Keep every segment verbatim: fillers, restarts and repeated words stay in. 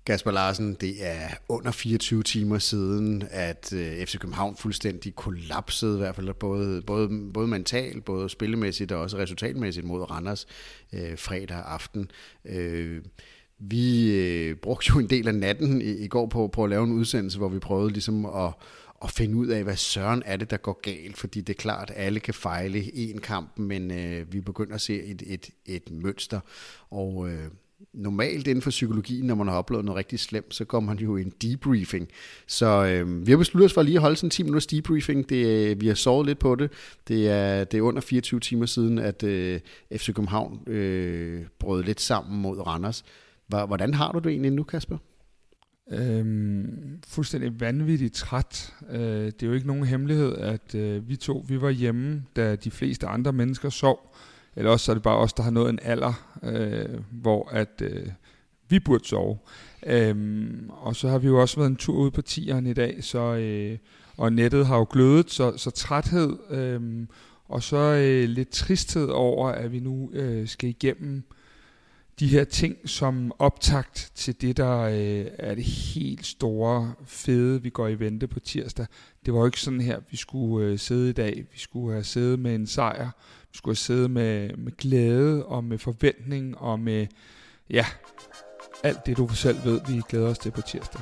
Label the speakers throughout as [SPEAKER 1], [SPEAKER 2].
[SPEAKER 1] Kasper Larsen, det er under fireogtyve timer siden, at F C København fuldstændig kollapsede, i hvert fald både, både, både mentalt, både spillemæssigt og også resultatmæssigt mod Randers øh, fredag aften. Øh, vi øh, brugte jo en del af natten i, i går på, på at lave en udsendelse, hvor vi prøvede ligesom at, at finde ud af, hvad søren er det, der går galt, fordi det er klart, at alle kan fejle i en kamp, men øh, vi begynder at se et, et, et mønster, og øh, normalt inden for psykologien, når man har oplevet noget rigtig slemt, så går man jo i en debriefing. Så øh, vi har besluttet os for lige at holde sådan en ti minutters debriefing. Det, vi har sovet lidt på det. Det er, det er under fireogtyve timer siden, at øh, F C København øh, brød lidt sammen mod Randers. Hvordan har du det egentlig nu, Kasper?
[SPEAKER 2] Øhm, fuldstændig vanvittigt træt. Øh, det er jo ikke nogen hemmelighed, at øh, vi to vi var hjemme, da de fleste andre mennesker sov. Eller også så er det bare os, der har nået en alder, øh, hvor at øh, vi burde sove. Øhm, og så har vi jo også været en tur ud på tieren i dag, så, øh, og nettet har jo glødet, så, så træthed, øh, og så øh, lidt tristhed over, at vi nu øh, skal igennem de her ting som optakt til det, der øh, er det helt store, fede, vi går i vente på tirsdag. Det var jo ikke sådan her, vi skulle øh, sidde i dag. Vi skulle have siddet med en sejr. Vi skulle have siddet med, med glæde og med forventning og med, ja, alt det, du selv ved, vi glæder os til på tirsdag.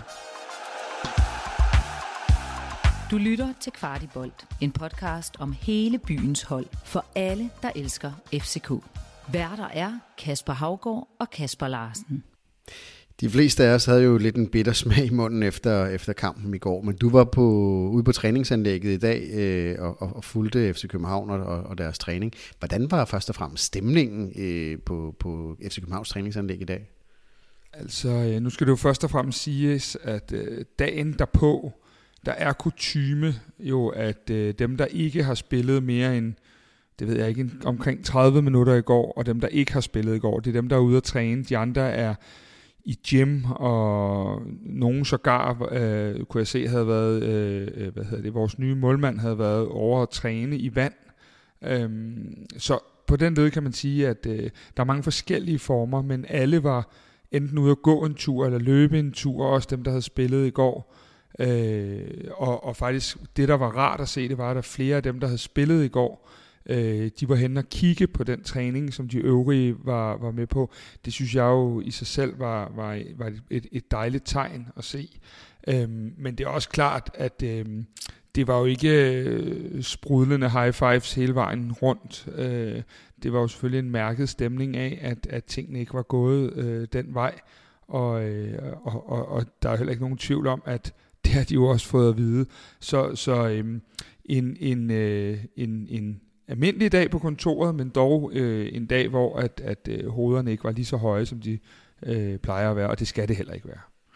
[SPEAKER 3] Du lytter til Kvartibolt, en podcast om hele byens hold for alle, der elsker F C K. Værter er Kasper Haugaard og Kasper Larsen.
[SPEAKER 1] De fleste af os havde jo lidt en bitter smag i munden efter, efter kampen i går, men du var på, ude på træningsanlægget i dag øh, og, og fulgte F C København og, og deres træning. Hvordan var først og fremmest stemningen øh, på, på F C Københavns træningsanlæg i dag?
[SPEAKER 2] Altså, nu skal det jo først og fremmest siges, at øh, dagen derpå, der er kutyme jo, at øh, dem, der ikke har spillet mere end det ved jeg ikke, omkring tredive minutter i går, og dem, der ikke har spillet i går, det er dem, der er ude at træne. De andre er i gym, og nogen sågar, øh, kunne jeg se, havde været, øh, hvad hedder det, vores nye målmand havde været over at træne i vand. Øhm, så på den led kan man sige, at øh, der er mange forskellige former, men alle var enten ude at gå en tur, eller løbe en tur, også dem, der havde spillet i går. Øh, og, og faktisk, det der var rart at se, det var, at der flere af dem, der havde spillet i går, Øh, de var henne og kigge på den træning, som de øvrige var, var med på. Det synes jeg jo i sig selv var, var, var et, et dejligt tegn at se. Øhm, men det er også klart, at øhm, det var jo ikke øh, sprudlende high fives hele vejen rundt. Øh, det var jo selvfølgelig en mærket stemning af, at, at tingene ikke var gået øh, den vej. Og, øh, og, og, og der er heller ikke nogen tvivl om, at det har de jo også fået at vide. Så, så øhm, en, en, øh, en, en almindelig dag på kontoret, men dog øh, en dag, hvor at, at øh, hovederne ikke var lige så høje, som de øh, plejer at være, og det skal det heller ikke være.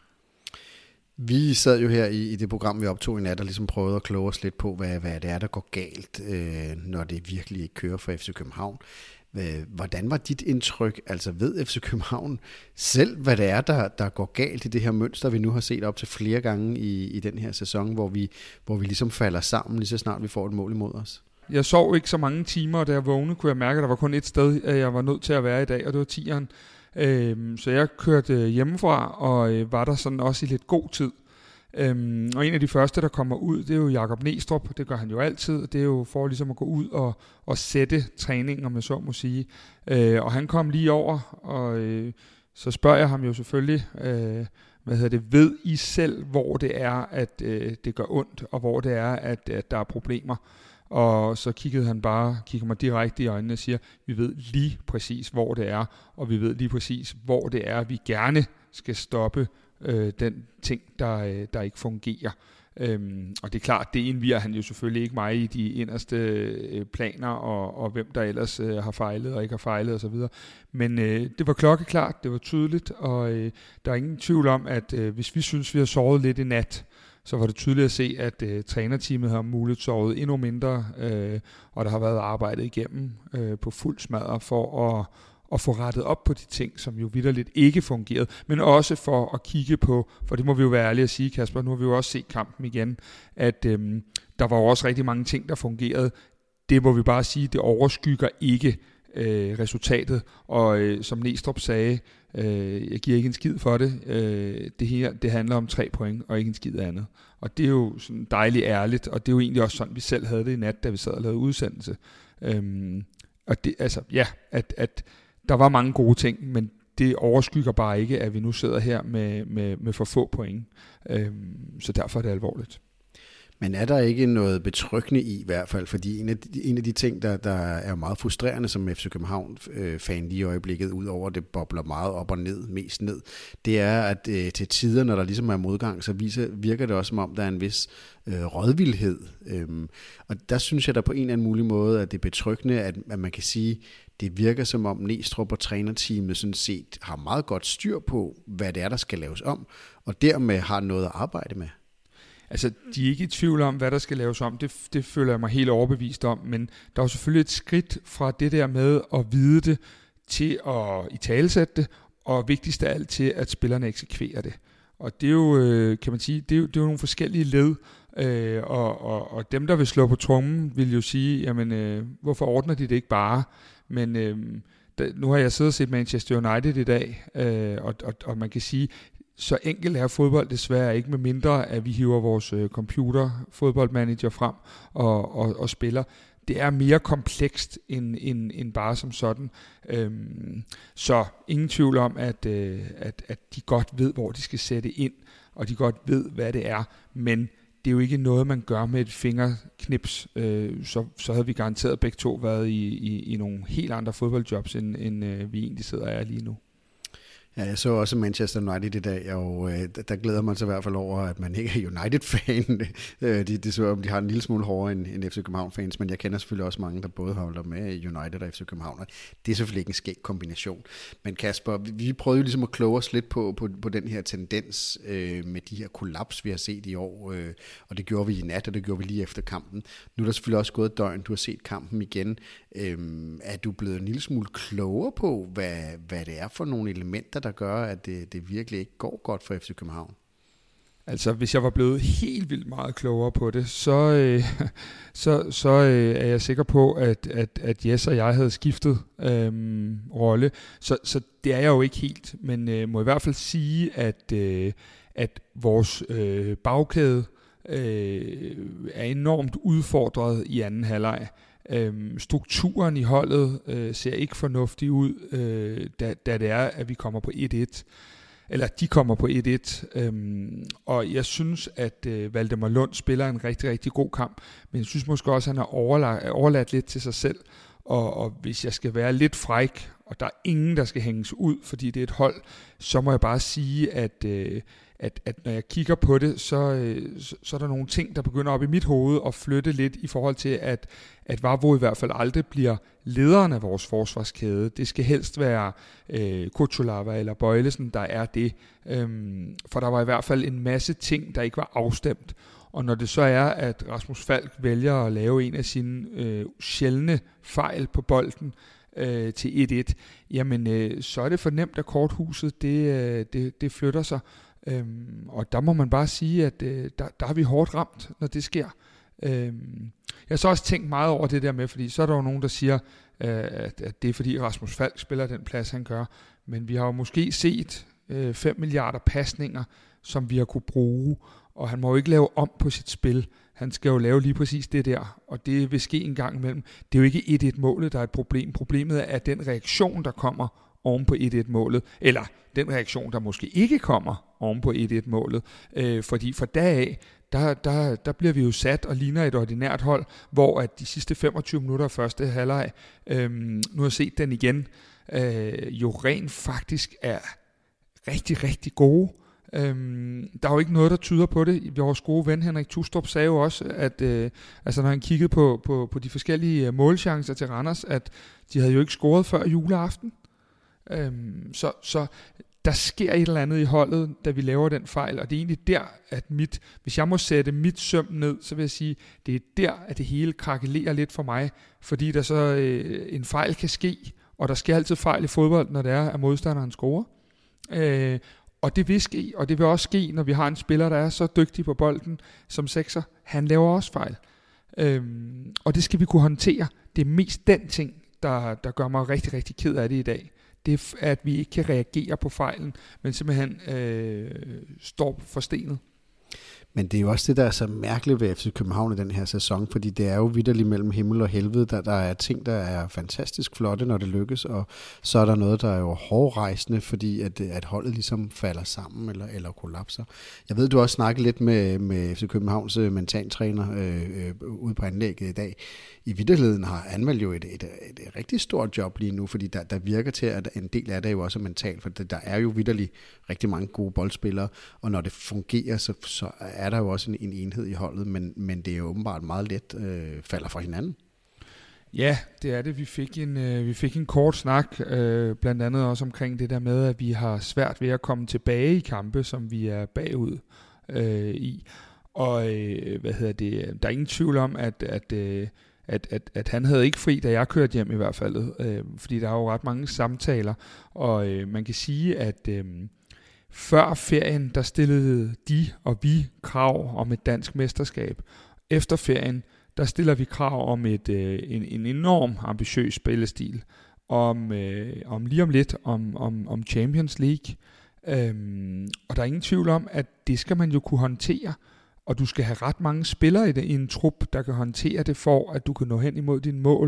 [SPEAKER 1] Vi sad jo her i, i det program, vi optog i nat, og ligesom prøvede at kloge os lidt på, hvad, hvad det er, der går galt, øh, når det virkelig ikke kører for F C København. Hvordan var dit indtryk? Altså ved F C København selv, hvad det er, der, der går galt i det her mønster, vi nu har set op til flere gange i, i den her sæson, hvor vi, hvor vi ligesom falder sammen, lige så snart vi får et mål imod os?
[SPEAKER 2] Jeg sov ikke så mange timer, og da jeg vågnede, kunne jeg mærke, at der var kun et sted, jeg var nødt til at være i dag, og det var tieren. Øhm, så jeg kørte hjemmefra, og øh, var der sådan også i lidt god tid. Øhm, og en af de første, der kommer ud, det er jo Jakob Næstrup. Det gør han jo altid. Det er jo for ligesom at gå ud og, og sætte træningen, om jeg så må sige. Øh, og han kom lige over, og øh, så spørger jeg ham jo selvfølgelig, øh, hvad hedder det, ved I selv, hvor det er, at øh, det gør ondt, og hvor det er, at, at der er problemer. Og så kiggede han bare, kigger mig direkte i øjnene og siger, vi ved lige præcis, hvor det er, og vi ved lige præcis, hvor det er, vi gerne skal stoppe øh, den ting, der, øh, der ikke fungerer. Øhm, og det er klart, det indviger han jo selvfølgelig ikke mig i de inderste øh, planer, og, og hvem der ellers øh, har fejlet og ikke har fejlet osv. Men øh, det var klokkeklart, det var tydeligt, og øh, der er ingen tvivl om, at øh, hvis vi synes, vi har sovet lidt i nat, så var det tydeligt at se, at øh, trænerteamet har muligt sovet endnu mindre, øh, og der har været arbejdet igennem øh, på fuld smadre for at, at få rettet op på de ting, som jo vitterligt ikke fungerede, men også for at kigge på, for det må vi jo være ærlige at sige, Kasper, nu har vi jo også set kampen igen, at øh, der var jo også rigtig mange ting, der fungerede. Det må vi bare sige, det overskygger ikke øh, resultatet. Og øh, som Næstrup sagde, øh, jeg giver ikke en skid for det. Øh, det her, det handler om tre point, og ikke en skid andet. Og det er jo sådan dejligt ærligt, og det er jo egentlig også sådan, vi selv havde det i nat, da vi sad og lavede udsendelse. Øhm, og det, altså, ja, at, at der var mange gode ting, men det overskygger bare ikke, at vi nu sidder her med, med, med for få point. Øhm, så derfor er det alvorligt.
[SPEAKER 1] Men er der ikke noget betryggende i, i hvert fald? Fordi en af de, en af de ting, der, der er meget frustrerende som F C København-fan lige i øjeblikket, udover det bobler meget op og ned, mest ned, det er, at øh, til tider, når der ligesom er modgang, så viser, virker det også, som om der er en vis øh, rådvildhed. Øhm, og der synes jeg, der på en eller anden mulig måde, at det er betryggende, at, at man kan sige, det virker som om Næstrup og trænerteamet sådan set har meget godt styr på, hvad det er, der skal laves om, og dermed har noget at arbejde med.
[SPEAKER 2] Altså, de er ikke i tvivl om, hvad der skal laves om. Det, det føler jeg mig helt overbevist om. Men der er jo selvfølgelig et skridt fra det der med at vide det, til at italesætte det, og vigtigst af alt til, at spillerne eksekverer det. Og det er jo, kan man sige, det er jo, det er jo nogle forskellige led. Øh, og, og, og dem, der vil slå på trommen, vil jo sige, jamen, øh, hvorfor ordner de det ikke bare? Men øh, da, nu har jeg siddet og set Manchester United i dag, øh, og, og, og man kan sige, så enkelt er fodbold desværre ikke, med mindre at vi hiver vores øh, computer fodboldmanager frem og, og, og spiller. Det er mere komplekst end, end, end bare som sådan. Øhm, så ingen tvivl om, at, øh, at, at de godt ved, hvor de skal sætte ind, og de godt ved, hvad det er. Men det er jo ikke noget, man gør med et fingerknips. Øh, så, så havde vi garanteret begge to været i, i, i nogle helt andre fodboldjobs, end, end øh, vi egentlig sidder af lige nu.
[SPEAKER 1] Ja, jeg så også Manchester United i dag, og øh, der glæder man sig i hvert fald over, at man ikke er United-fan. de, de så om de har en lille smule hårdere end, end F C København-fans, men jeg kender selvfølgelig også mange, der både holder med United og F C København. Det er selvfølgelig ikke en skæg kombination. Men Kasper, vi, vi prøvede jo ligesom at kloge os lidt på, på, på den her tendens øh, med de her kollaps, vi har set i år, øh, og det gjorde vi i nat, og det gjorde vi lige efter kampen. Nu er der selvfølgelig også gået et døgn, du har set kampen igen. Øh, er du blevet en lille smule klogere på, hvad, hvad det er for nogle elementer, der gør, at det, det virkelig ikke går godt for F C København?
[SPEAKER 2] Altså, hvis jeg var blevet helt vildt meget klogere på det, så, øh, så, så øh, er jeg sikker på, at, at, at Jes og jeg havde skiftet øh, rolle. Så, så det er jeg jo ikke helt, men øh, må i hvert fald sige, at, øh, at vores øh, bagkæde øh, er enormt udfordret i anden halvleg. Øhm, strukturen i holdet øh, ser ikke fornuftig ud, øh, da, da det er, at vi kommer på et et. Eller de kommer på et et. Øhm, og jeg synes, at øh, Valdemar Lund spiller en rigtig, rigtig god kamp. Men jeg synes måske også, at han har overladt, overladt lidt til sig selv. Og, og hvis jeg skal være lidt fræk, og der er ingen, der skal hænges ud, fordi det er et hold, så må jeg bare sige, at... Øh, At, at når jeg kigger på det, så, øh, så, så er der nogle ting, der begynder op i mit hoved at flytte lidt i forhold til, at, at Vavro i hvert fald aldrig bliver lederen af vores forsvarskæde. Det skal helst være øh, Kutsulava eller Bøjlesen, der er det. Øhm, for der var i hvert fald en masse ting, der ikke var afstemt. Og når det så er, at Rasmus Falk vælger at lave en af sine øh, sjældne fejl på bolden, øh, til et et, jamen øh, så er det for nemt, at korthuset det, øh, det, det flytter sig. Øhm, og der må man bare sige, at øh, der, der er vi hårdt ramt, når det sker. Øhm, jeg har så også tænkt meget over det der med, fordi så er der jo nogen, der siger, øh, at, at det er fordi Rasmus Falk spiller den plads, han gør. Men vi har jo måske set øh, fem milliarder pasninger, som vi har kunne bruge, og han må jo ikke lave om på sit spil. Han skal jo lave lige præcis det der, og det vil ske en gang imellem. Det er jo ikke et et-målet, der er et problem. Problemet er, at den reaktion, der kommer oven på et et-målet, eller den reaktion, der måske ikke kommer oven på et et-målet. Øh, fordi fra dag der, der, der bliver vi jo sat og ligner et ordinært hold, hvor at de sidste femogtyve minutter af første halvleg, øh, nu har jeg set den igen, øh, jo rent faktisk er rigtig, rigtig gode. Øhm, der er jo ikke noget, der tyder på det. Vores gode ven Henrik Tustrup sagde jo også, at øh, altså når han kiggede på, på, på de forskellige målchancer til Randers, at de havde jo ikke scoret før juleaften. Øhm, så, så der sker et eller andet i holdet, da vi laver den fejl, og det er egentlig der, at mit, hvis jeg må sætte mit søm ned, så vil jeg sige, det er der, at det hele krakelerer lidt for mig, fordi der så øh, en fejl kan ske, og der sker altid fejl i fodbold, når det er, at modstanderen scorer. Øh, og det vil ske, og det vil også ske, når vi har en spiller, der er så dygtig på bolden som sekser. Han laver også fejl. Øhm, og det skal vi kunne håndtere. Det er mest den ting, der, der gør mig rigtig, rigtig ked af det i dag. Det er, at vi ikke kan reagere på fejlen, men simpelthen øh, står forstenet.
[SPEAKER 1] Men det er jo også det, der er så mærkeligt ved F C København i den her sæson, fordi det er jo vitterligt mellem himmel og helvede. Der, der er ting, der er fantastisk flotte, når det lykkes, og så er der noget, der er jo hårdrejsende, fordi at, at holdet ligesom falder sammen eller, eller kollapser. Jeg ved, du også snakkede lidt med, med F C Københavns mentaltræner øh, øh, ude på anlægget i dag. I vitterligheden har Anvald jo et, et, et, et rigtig stort job lige nu, fordi der, der virker til, at en del af det er jo også mentalt, for der er jo vitterligt rigtig mange gode boldspillere, og når det fungerer, så, så er der jo også en, en enhed i holdet, men, men det er jo åbenbart meget let øh, falder fra hinanden.
[SPEAKER 2] Ja, det er det. Vi fik en, øh, vi fik en kort snak, øh, blandt andet også omkring det der med, at vi har svært ved at komme tilbage i kampe, som vi er bagud øh, i. Og øh, hvad hedder det? Der er ingen tvivl om, at, at, øh, at, at, at han havde ikke fri, da jeg kørte hjem i hvert fald, øh, fordi der er jo ret mange samtaler, og øh, man kan sige, at øh, før ferien, der stillede de og vi krav om et dansk mesterskab. Efter ferien, der stiller vi krav om et, øh, en, en enorm ambitiøs spillestil. Om, øh, om lige om lidt, om, om, om Champions League. Øhm, og der er ingen tvivl om, at det skal man jo kunne håndtere. Og du skal have ret mange spillere i, det, i en trup, der kan håndtere det, for at du kan nå hen imod dine mål.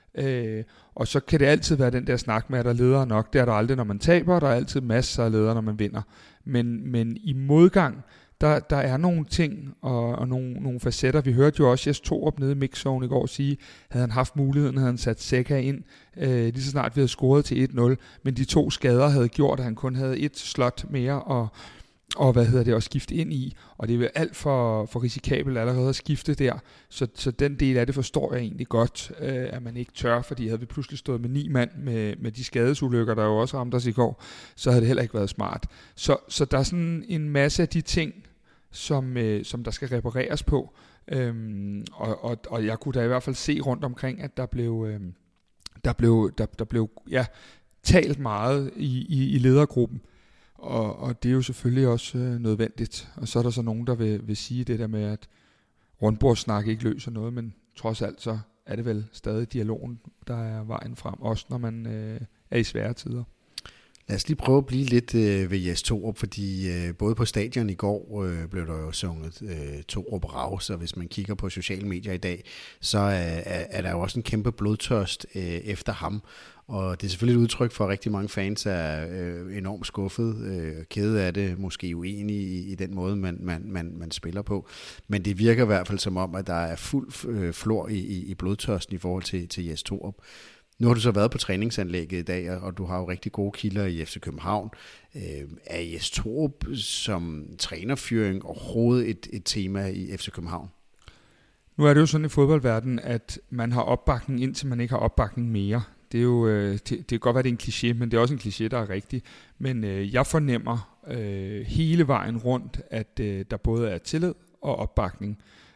[SPEAKER 2] Øh, og så kan det altid være den der snak med, at der er ledere nok. Det er der aldrig, når man taber, og der er altid masser af ledere, når man vinder. Men, men i modgang, der, der er nogle ting og, og nogle, nogle facetter. Vi hørte jo også Jes Torup nede i mixzone i går sige, havde han haft muligheden, havde han sat Zeca ind, øh, lige så snart vi havde scoret til et nul. Men de to skader havde gjort, at han kun havde et slot mere og og hvad hedder det, at skifte ind i, og det er vel alt for, for risikabelt allerede at skifte der, så, så den del af det forstår jeg egentlig godt, øh, at man ikke tør, fordi havde vi pludselig stået med ni mand med, med de skadesulykker, der jo også ramte os i går, så havde det heller ikke været smart. Så, så der er sådan en masse af de ting, som, øh, som der skal repareres på, øhm, og, og, og jeg kunne da i hvert fald se rundt omkring, at der blev, øh, der blev, der, der blev ja, talt meget i, i, i ledergruppen. Og, og det er jo selvfølgelig også øh, nødvendigt. Og så er der så nogen, der vil, vil sige det der med, at rundbordssnak ikke løser noget, men trods alt så er det vel stadig dialogen, der er vejen frem, også når man øh, er i svære tider.
[SPEAKER 1] Lad os lige prøve at blive lidt øh, ved Jes Torup, fordi øh, både på stadion i går øh, blev der jo sunget øh, Torup Raus, og hvis man kigger på sociale medier i dag, så er, er, er der jo også en kæmpe blodtørst øh, efter ham. Og det er selvfølgelig et udtryk for, at rigtig mange fans er øh, enormt skuffet, øh, kede af det, måske uenige i, i den måde, man, man, man, man spiller på. Men det virker i hvert fald som om, at der er fuld øh, flor i, i, i blodtørsten i forhold til, til Jes Torup. Nu har du så været på træningsanlægget i dag, og du har jo rigtig gode kilder i F C København. Øh, er Jes Torup som trænerfyring overhovedet et, et tema i F C København?
[SPEAKER 2] Nu er det jo sådan i fodboldverdenen, at man har opbakning, indtil man ikke har opbakning mere. Det er jo, øh, det, det kan godt være, det er en kliché, men det er også en kliché, der er rigtig. Men øh, jeg fornemmer øh, hele vejen rundt, at øh, der både er tillid og opbakning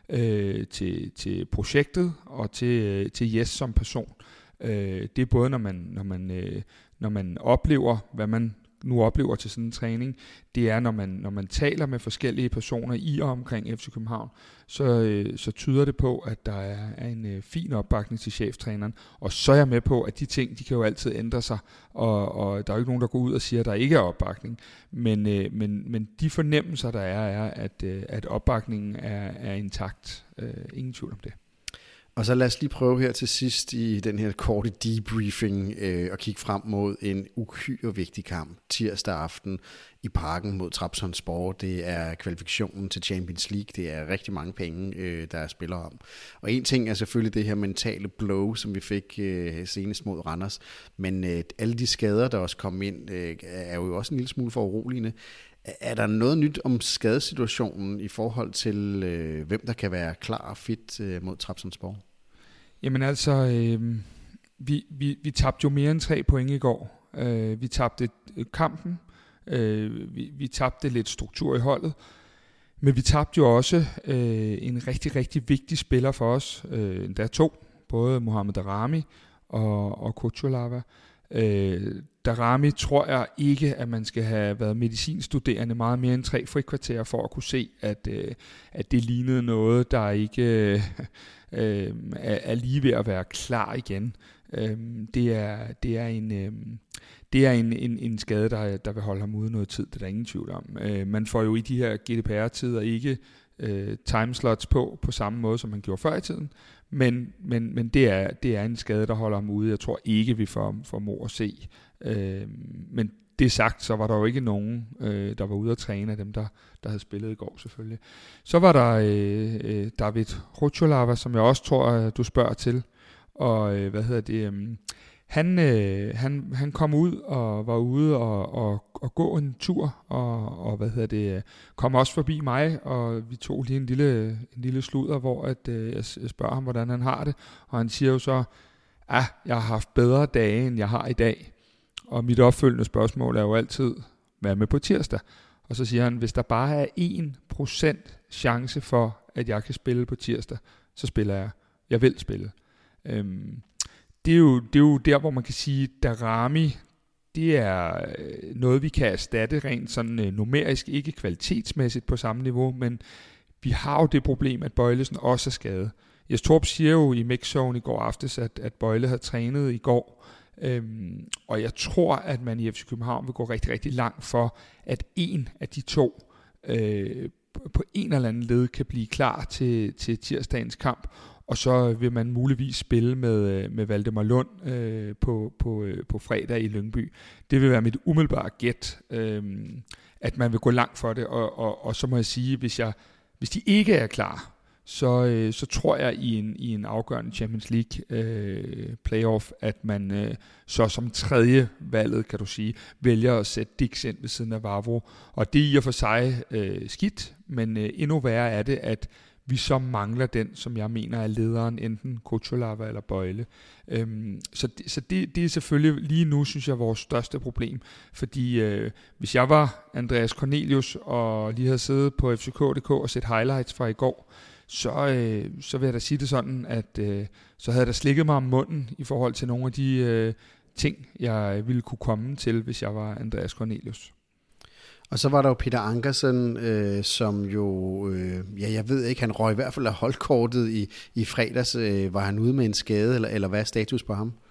[SPEAKER 2] øh, til, til projektet og til, øh, til Jes som person. Øh, det er både, når man, når, man, øh, når man oplever, hvad man nu oplever til sådan en træning, det er, når man, når man taler med forskellige personer i og omkring F C København, så, øh, så tyder det på, at der er, er en øh, fin opbakning til cheftræneren. Og så er jeg med på, at de ting, de kan jo altid ændre sig, og, og der er jo ikke nogen, der går ud og siger, at der ikke er opbakning. Men, øh, men, men de fornemmelser, der er, er, at, øh, at opbakningen er, er intakt. Øh, ingen tvivl om det.
[SPEAKER 1] Og så lad os lige prøve her til sidst i den her korte debriefing øh, at kigge frem mod en uhyre vigtig kamp tirsdag aften i Parken mod Trabzonspor. Det er kvalifikationen til Champions League. Det er rigtig mange penge, øh, der er spiller om. Og en ting er selvfølgelig det her mentale blow, som vi fik øh, senest mod Randers. Men øh, alle de skader, der også kom ind, øh, er jo også en lille smule for uroligende. Er der noget nyt om skadesituationen i forhold til, øh, hvem der kan være klar og fit øh, mod Trabzonspor?
[SPEAKER 2] Jamen altså, øh, vi, vi, vi tabte jo mere end tre point i går. Øh, vi tabte kampen, øh, vi, vi tabte lidt struktur i holdet, men vi tabte jo også øh, en rigtig, rigtig vigtig spiller for os. Øh, der er to, både Mohamed Daramy og, og Kuchulava. Øh, Daramy tror jeg ikke, at man skal have været medicinstuderende meget mere end tre frikvarterer for at kunne se, at, øh, at det lignede noget, der ikke øh, øh, er, er lige ved at være klar igen. Øhm, det er, det er en... Øhm, Det er en, en, en skade, der, der vil holde ham ude noget tid, det er der ingen tvivl om. Øh, man får jo i de her G D P R-tider ikke øh, timeslots på, på samme måde, som man gjorde før i tiden, men, men, men det, er, det er en skade, der holder ham ude. Jeg tror ikke, vi får, får mor at se. Øh, men det sagt, så var der jo ikke nogen, øh, der var ude at træne af dem, der, der havde spillet i går selvfølgelig. Så var der øh, øh, David Rucholava, som jeg også tror, du spørger til, og øh, hvad hedder det... Øh, Han, øh, han, han kom ud og var ude og, og, og gå en tur, og, og hvad hedder det, kom også forbi mig, og vi tog lige en lille, en lille sludder, hvor at, øh, jeg spørger ham, hvordan han har det, og han siger jo så, ah, jeg har haft bedre dage, end jeg har i dag. Og mit opfølgende spørgsmål er jo altid, hvad med på tirsdag? Og så siger han, hvis der bare er en procent chance for, at jeg kan spille på tirsdag, så spiller jeg. Jeg vil spille. Øhm, Det er, jo, det er jo der, hvor man kan sige, Daramy, det er noget, vi kan erstatte rent sådan øh, numerisk, ikke kvalitetsmæssigt på samme niveau, men vi har jo det problem, at Bøjlesen også er skadet. Jes Torp siger jo i mixzone i går aftes, at, at Bøjle havde trænet i går, øhm, og jeg tror, at man i F C København vil gå rigtig, rigtig langt for, at en af de to øh, på en eller anden led kan blive klar til, til tirsdagens kamp, og så vil man muligvis spille med, med Valdemar Lund øh, på, på, på fredag i Lyngby. Det vil være mit umiddelbare gæt, øh, at man vil gå langt for det, og, og, og så må jeg sige, hvis, jeg, hvis de ikke er klar, så, øh, så tror jeg i en, i en afgørende Champions League øh, playoff, at man øh, så som tredje valget, kan du sige, vælger at sætte Dix ind ved siden af Vavro. Og det er i og for sig øh, skidt, men øh, endnu værre er det, at vi så mangler den, som jeg mener er lederen, enten Rucholava eller Bøjle. Øhm, så det, så det, det er selvfølgelig lige nu, synes jeg, vores største problem. Fordi øh, hvis jeg var Andreas Cornelius og lige havde siddet på F C K punktum d k og set highlights fra i går, så, øh, så vil jeg da sige det sådan, at øh, så havde der slikket mig om munden i forhold til nogle af de øh, ting, jeg ville kunne komme til, hvis jeg var Andreas Cornelius.
[SPEAKER 1] Og så var der jo Peter Ankersen, øh, som jo, øh, ja, jeg ved ikke, han røg i hvert fald af holdkortet i, i fredags. Øh, var han ude med en skade, eller, eller hvad er status på ham?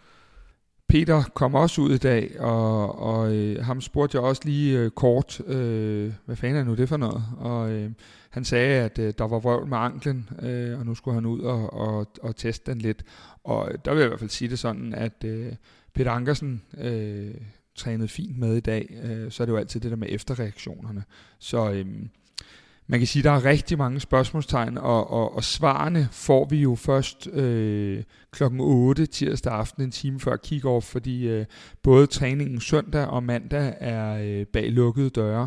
[SPEAKER 2] Peter kom også ud i dag, og, og øh, ham spurgte jeg også lige øh, kort, øh, hvad fanden er nu det for noget? Og øh, han sagde, at øh, der var vrøvl med anklen, øh, og nu skulle han ud og, og, og teste den lidt. Og der vil jeg i hvert fald sige det sådan, at øh, Peter Ankersen øh, trænede fint med i dag, øh, så er det jo altid det der med efterreaktionerne. Så øh, man kan sige, at der er rigtig mange spørgsmålstegn, og, og, og svarene får vi jo først øh, klokken otte tirsdag aften, en time før kick-off, fordi øh, både træningen søndag og mandag er øh, bag lukkede døre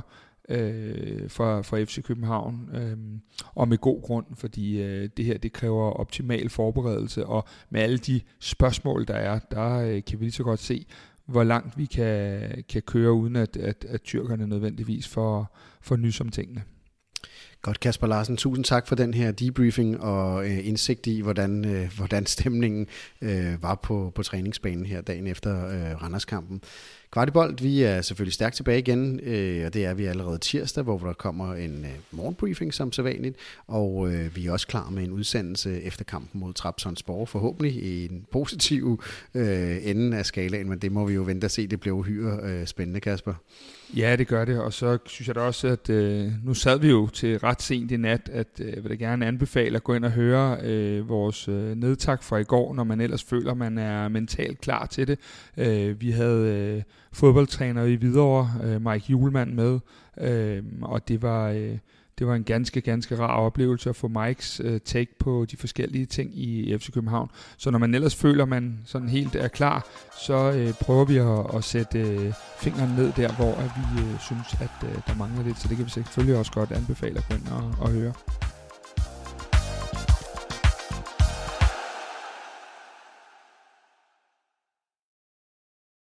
[SPEAKER 2] øh, for, for F C København, øh, og med god grund, fordi øh, det her det kræver optimal forberedelse, og med alle de spørgsmål, der er, der øh, kan vi lige så godt se, hvor langt vi kan, kan køre, uden at, at, at tyrkerne nødvendigvis får, får nys om tingene.
[SPEAKER 1] Godt, Kasper Larsen. Tusind tak for den her debriefing og øh, indsigt i, hvordan, øh, hvordan stemningen øh, var på, på træningsbanen her dagen efter øh, Randerskampen. Kvartibold, vi er selvfølgelig stærkt tilbage igen, øh, og det er vi allerede tirsdag, hvor der kommer en øh, morgenbriefing som sædvanligt, og øh, vi er også klar med en udsendelse efter kampen mod Trabzonspor, forhåbentlig i en positiv øh, ende af skalaen, men det må vi jo vente og se, det bliver uhyre øh, spændende, Kasper.
[SPEAKER 2] Ja, det gør det, og så synes jeg da også, at øh, nu sad vi jo til ret sent i nat, at øh, jeg vil da gerne anbefale at gå ind og høre øh, vores øh, nedtak fra i går, når man ellers føler, man er mentalt klar til det. Øh, vi havde øh, fodboldtræner i Hvidovre, øh, Mike Julemand med, øh, og det var... Øh, Det var en ganske, ganske rar oplevelse at få Mikes øh, take på de forskellige ting i F C København. Så når man ellers føler, man sådan helt er klar, så øh, prøver vi at, at sætte øh, fingeren ned der, hvor at vi øh, synes, at øh, der mangler lidt. Så det kan vi selvfølgelig også godt anbefale at gå ind og, og høre.